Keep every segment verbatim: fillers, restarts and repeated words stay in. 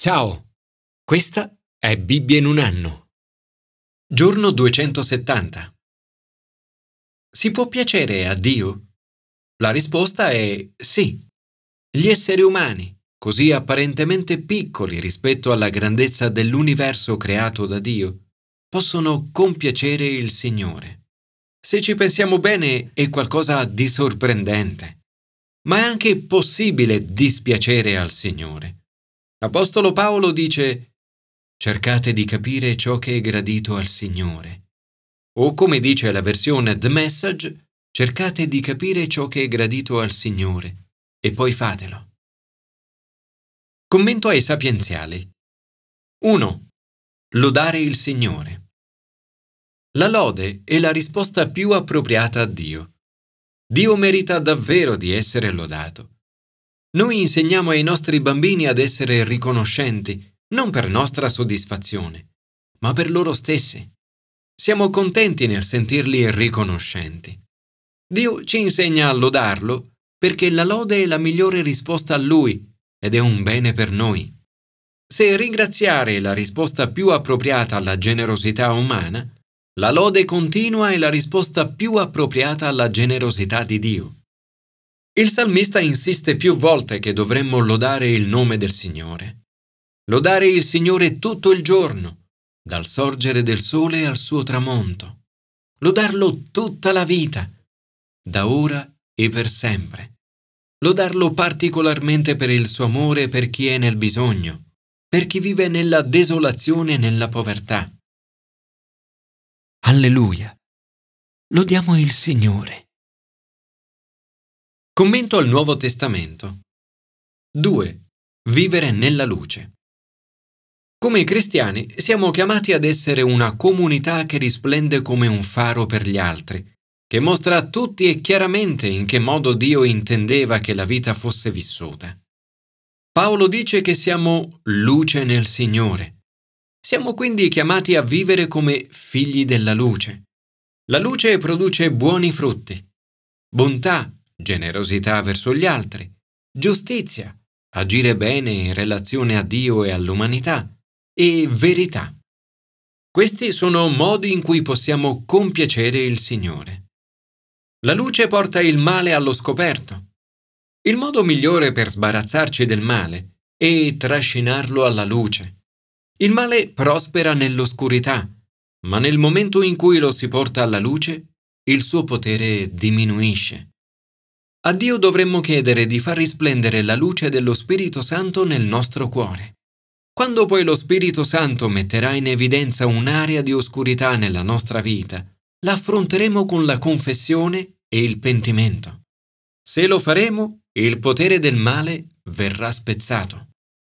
Ciao, questa è Bibbia in un anno. Giorno duecentosettanta. Si può piacere a Dio? La risposta è sì. Gli esseri umani, così apparentemente piccoli rispetto alla grandezza dell'universo creato da Dio, possono compiacere il Signore. Se ci pensiamo bene, è qualcosa di sorprendente. Ma è anche possibile dispiacere al Signore. L'Apostolo Paolo dice: cercate di capire ciò che è gradito al Signore. O come dice la versione The Message, cercate di capire ciò che è gradito al Signore e poi fatelo. Commento ai sapienziali. uno. Lodare il Signore. La lode è la risposta più appropriata a Dio. Dio merita davvero di essere lodato. Noi insegniamo ai nostri bambini ad essere riconoscenti, non per nostra soddisfazione, ma per loro stessi. Siamo contenti nel sentirli riconoscenti. Dio ci insegna a lodarlo perché la lode è la migliore risposta a Lui ed è un bene per noi. Se ringraziare è la risposta più appropriata alla generosità umana, la lode continua è la risposta più appropriata alla generosità di Dio. Il salmista insiste più volte che dovremmo lodare il nome del Signore. Lodare il Signore tutto il giorno, dal sorgere del sole al suo tramonto. Lodarlo tutta la vita, da ora e per sempre. Lodarlo particolarmente per il suo amore per chi è nel bisogno, per chi vive nella desolazione e nella povertà. Alleluia! Lodiamo il Signore. Commento al Nuovo Testamento. due. Vivere nella luce. Come cristiani siamo chiamati ad essere una comunità che risplende come un faro per gli altri, che mostra a tutti e chiaramente in che modo Dio intendeva che la vita fosse vissuta. Paolo dice che siamo luce nel Signore. Siamo quindi chiamati a vivere come figli della luce. La luce produce buoni frutti: bontà, generosità verso gli altri, giustizia, agire bene in relazione a Dio e all'umanità, e verità. Questi sono modi in cui possiamo compiacere il Signore. La luce porta il male allo scoperto. Il modo migliore per sbarazzarci del male è trascinarlo alla luce. Il male prospera nell'oscurità, ma nel momento in cui lo si porta alla luce, il suo potere diminuisce. A Dio dovremmo chiedere di far risplendere la luce dello Spirito Santo nel nostro cuore. Quando poi lo Spirito Santo metterà in evidenza un'area di oscurità nella nostra vita, la affronteremo con la confessione e il pentimento. Se lo faremo, il potere del male verrà spezzato.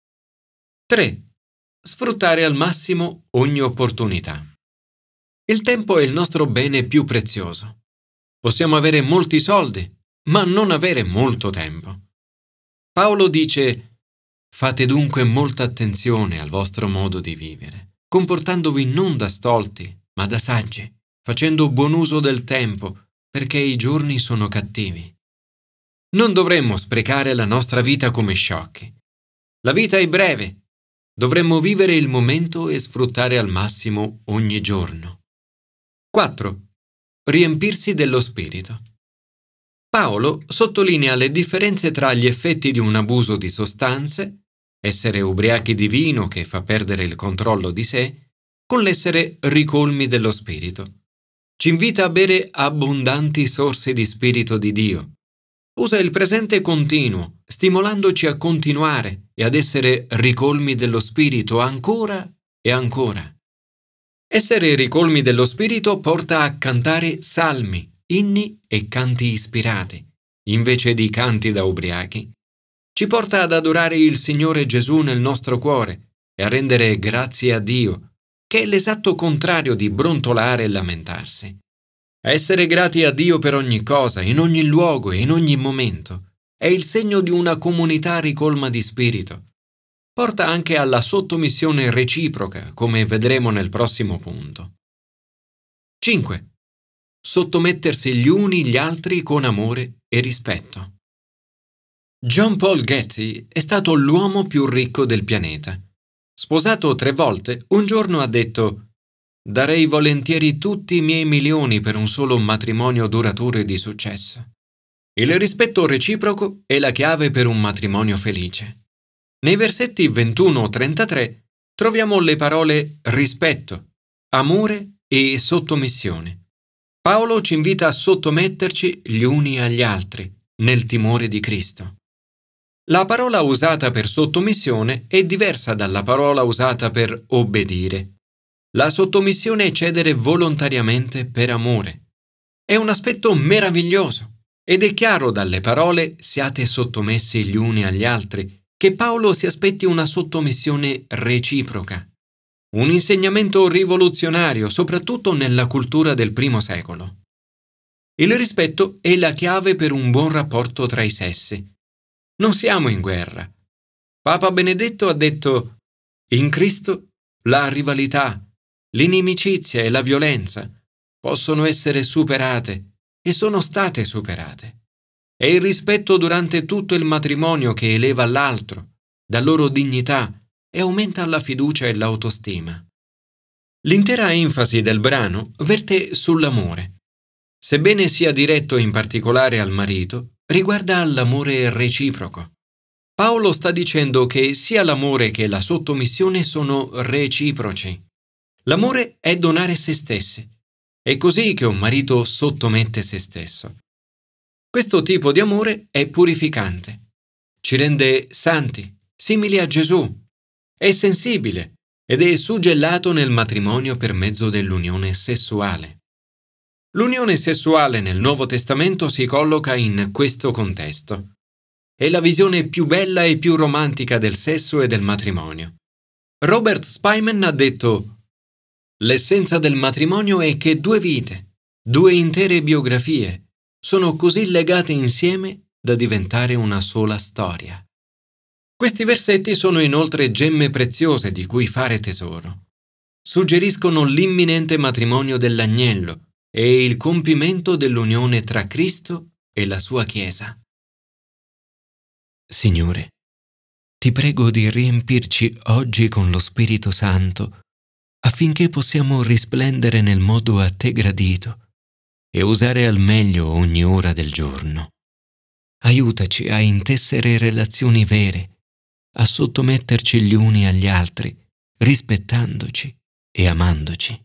tre. Sfruttare al massimo ogni opportunità. Il tempo è il nostro bene più prezioso. Possiamo avere molti soldi, ma non avere molto tempo. Paolo dice: fate dunque molta attenzione al vostro modo di vivere, comportandovi non da stolti, ma da saggi, facendo buon uso del tempo, perché i giorni sono cattivi. Non dovremmo sprecare la nostra vita come sciocchi. La vita è breve. Dovremmo vivere il momento e sfruttare al massimo ogni giorno. quattro. Riempirsi dello Spirito. Paolo sottolinea le differenze tra gli effetti di un abuso di sostanze, essere ubriachi di vino che fa perdere il controllo di sé, con l'essere ricolmi dello Spirito. Ci invita a bere abbondanti sorsi di Spirito di Dio. Usa il presente continuo, stimolandoci a continuare e ad essere ricolmi dello Spirito ancora e ancora. Essere ricolmi dello Spirito porta a cantare salmi, inni e canti ispirati, invece di canti da ubriachi. Ci porta ad adorare il Signore Gesù nel nostro cuore e a rendere grazie a Dio, che è l'esatto contrario di brontolare e lamentarsi. Essere grati a Dio per ogni cosa, in ogni luogo e in ogni momento, è il segno di una comunità ricolma di spirito. Porta anche alla sottomissione reciproca, come vedremo nel prossimo punto. cinque. Sottomettersi gli uni gli altri con amore e rispetto. John Paul Getty è stato l'uomo più ricco del pianeta. Sposato tre volte, un giorno ha detto: «Darei volentieri tutti i miei milioni per un solo matrimonio duraturo e di successo». Il rispetto reciproco è la chiave per un matrimonio felice. Nei versetti ventuno trentatré troviamo le parole rispetto, amore e sottomissione. Paolo ci invita a sottometterci gli uni agli altri nel timore di Cristo. La parola usata per sottomissione è diversa dalla parola usata per obbedire. La sottomissione è cedere volontariamente per amore. È un aspetto meraviglioso ed è chiaro dalle parole «siate sottomessi gli uni agli altri» che Paolo si aspetti una sottomissione reciproca. Un insegnamento rivoluzionario, soprattutto nella cultura del primo secolo. Il rispetto è la chiave per un buon rapporto tra i sessi. Non siamo in guerra. Papa Benedetto ha detto: «In Cristo la rivalità, l'inimicizia e la violenza possono essere superate e sono state superate. È il rispetto durante tutto il matrimonio che eleva l'altro, dà loro dignità e aumenta la fiducia e l'autostima». L'intera enfasi del brano verte sull'amore. Sebbene sia diretto in particolare al marito, riguarda l'amore reciproco. Paolo sta dicendo che sia l'amore che la sottomissione sono reciproci. L'amore è donare se stessi. È così che un marito sottomette se stesso. Questo tipo di amore è purificante. Ci rende santi, simili a Gesù. È sensibile ed è suggellato nel matrimonio per mezzo dell'unione sessuale. L'unione sessuale nel Nuovo Testamento si colloca in questo contesto. È la visione più bella e più romantica del sesso e del matrimonio. Robert Spyman ha detto: «L'essenza del matrimonio è che due vite, due intere biografie, sono così legate insieme da diventare una sola storia». Questi versetti sono inoltre gemme preziose di cui fare tesoro. Suggeriscono l'imminente matrimonio dell'agnello e il compimento dell'unione tra Cristo e la sua Chiesa. Signore, ti prego di riempirci oggi con lo Spirito Santo affinché possiamo risplendere nel modo a te gradito e usare al meglio ogni ora del giorno. Aiutaci a intessere relazioni vere, a sottometterci gli uni agli altri, rispettandoci e amandoci.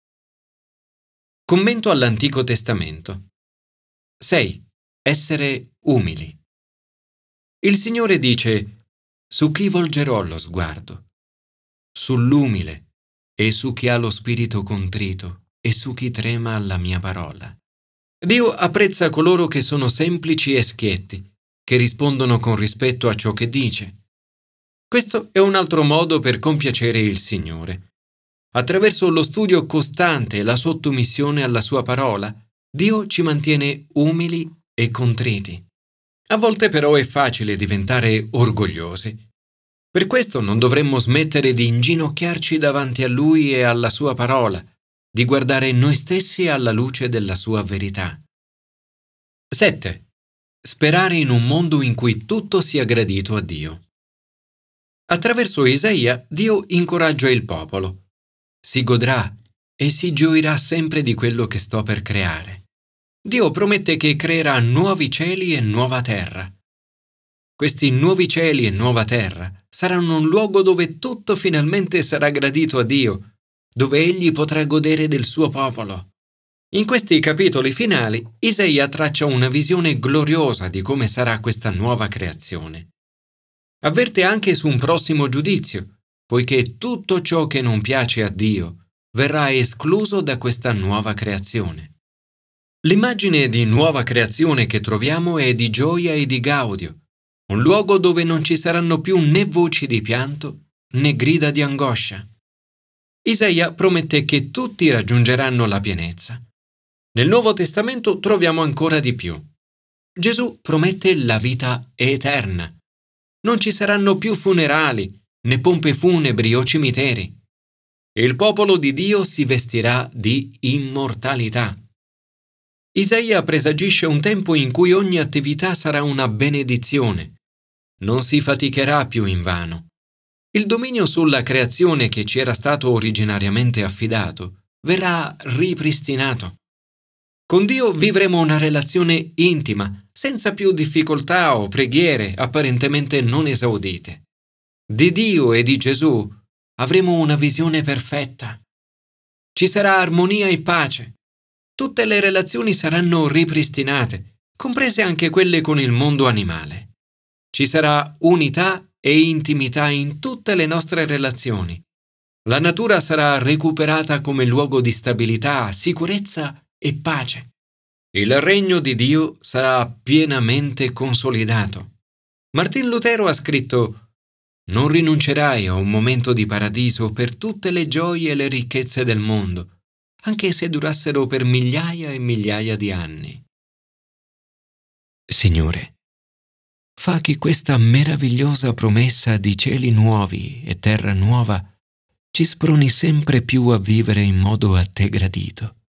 Commento all'Antico Testamento. sei. Essere umili. Il Signore dice: «Su chi volgerò lo sguardo? Sull'umile e su chi ha lo spirito contrito e su chi trema alla mia parola». Dio apprezza coloro che sono semplici e schietti, che rispondono con rispetto a ciò che dice. Questo è un altro modo per compiacere il Signore. Attraverso lo studio costante e la sottomissione alla sua parola, Dio ci mantiene umili e contriti. A volte però è facile diventare orgogliosi. Per questo non dovremmo smettere di inginocchiarci davanti a Lui e alla sua parola, di guardare noi stessi alla luce della sua verità. sette. Sperare in un mondo in cui tutto sia gradito a Dio. Attraverso Isaia, Dio incoraggia il popolo. Si godrà e si gioirà sempre di quello che sto per creare. Dio promette che creerà nuovi cieli e nuova terra. Questi nuovi cieli e nuova terra saranno un luogo dove tutto finalmente sarà gradito a Dio, dove Egli potrà godere del suo popolo. In questi capitoli finali, Isaia traccia una visione gloriosa di come sarà questa nuova creazione. Avverte anche su un prossimo giudizio, poiché tutto ciò che non piace a Dio verrà escluso da questa nuova creazione. L'immagine di nuova creazione che troviamo è di gioia e di gaudio, un luogo dove non ci saranno più né voci di pianto né grida di angoscia. Isaia promette che tutti raggiungeranno la pienezza. Nel Nuovo Testamento troviamo ancora di più. Gesù promette la vita eterna. Non ci saranno più funerali, né pompe funebri o cimiteri. Il popolo di Dio si vestirà di immortalità. Isaia presagisce un tempo in cui ogni attività sarà una benedizione. Non si faticherà più invano. Il dominio sulla creazione che ci era stato originariamente affidato verrà ripristinato. Con Dio vivremo una relazione intima, senza più difficoltà o preghiere apparentemente non esaudite. Di Dio e di Gesù avremo una visione perfetta. Ci sarà armonia e pace. Tutte le relazioni saranno ripristinate, comprese anche quelle con il mondo animale. Ci sarà unità e intimità in tutte le nostre relazioni. La natura sarà recuperata come luogo di stabilità, sicurezza e pace. Il regno di Dio sarà pienamente consolidato. Martin Lutero ha scritto: «Non rinuncerai a un momento di paradiso per tutte le gioie e le ricchezze del mondo, anche se durassero per migliaia e migliaia di anni». Signore, fa che questa meravigliosa promessa di cieli nuovi e terra nuova ci sproni sempre più a vivere in modo a te gradito.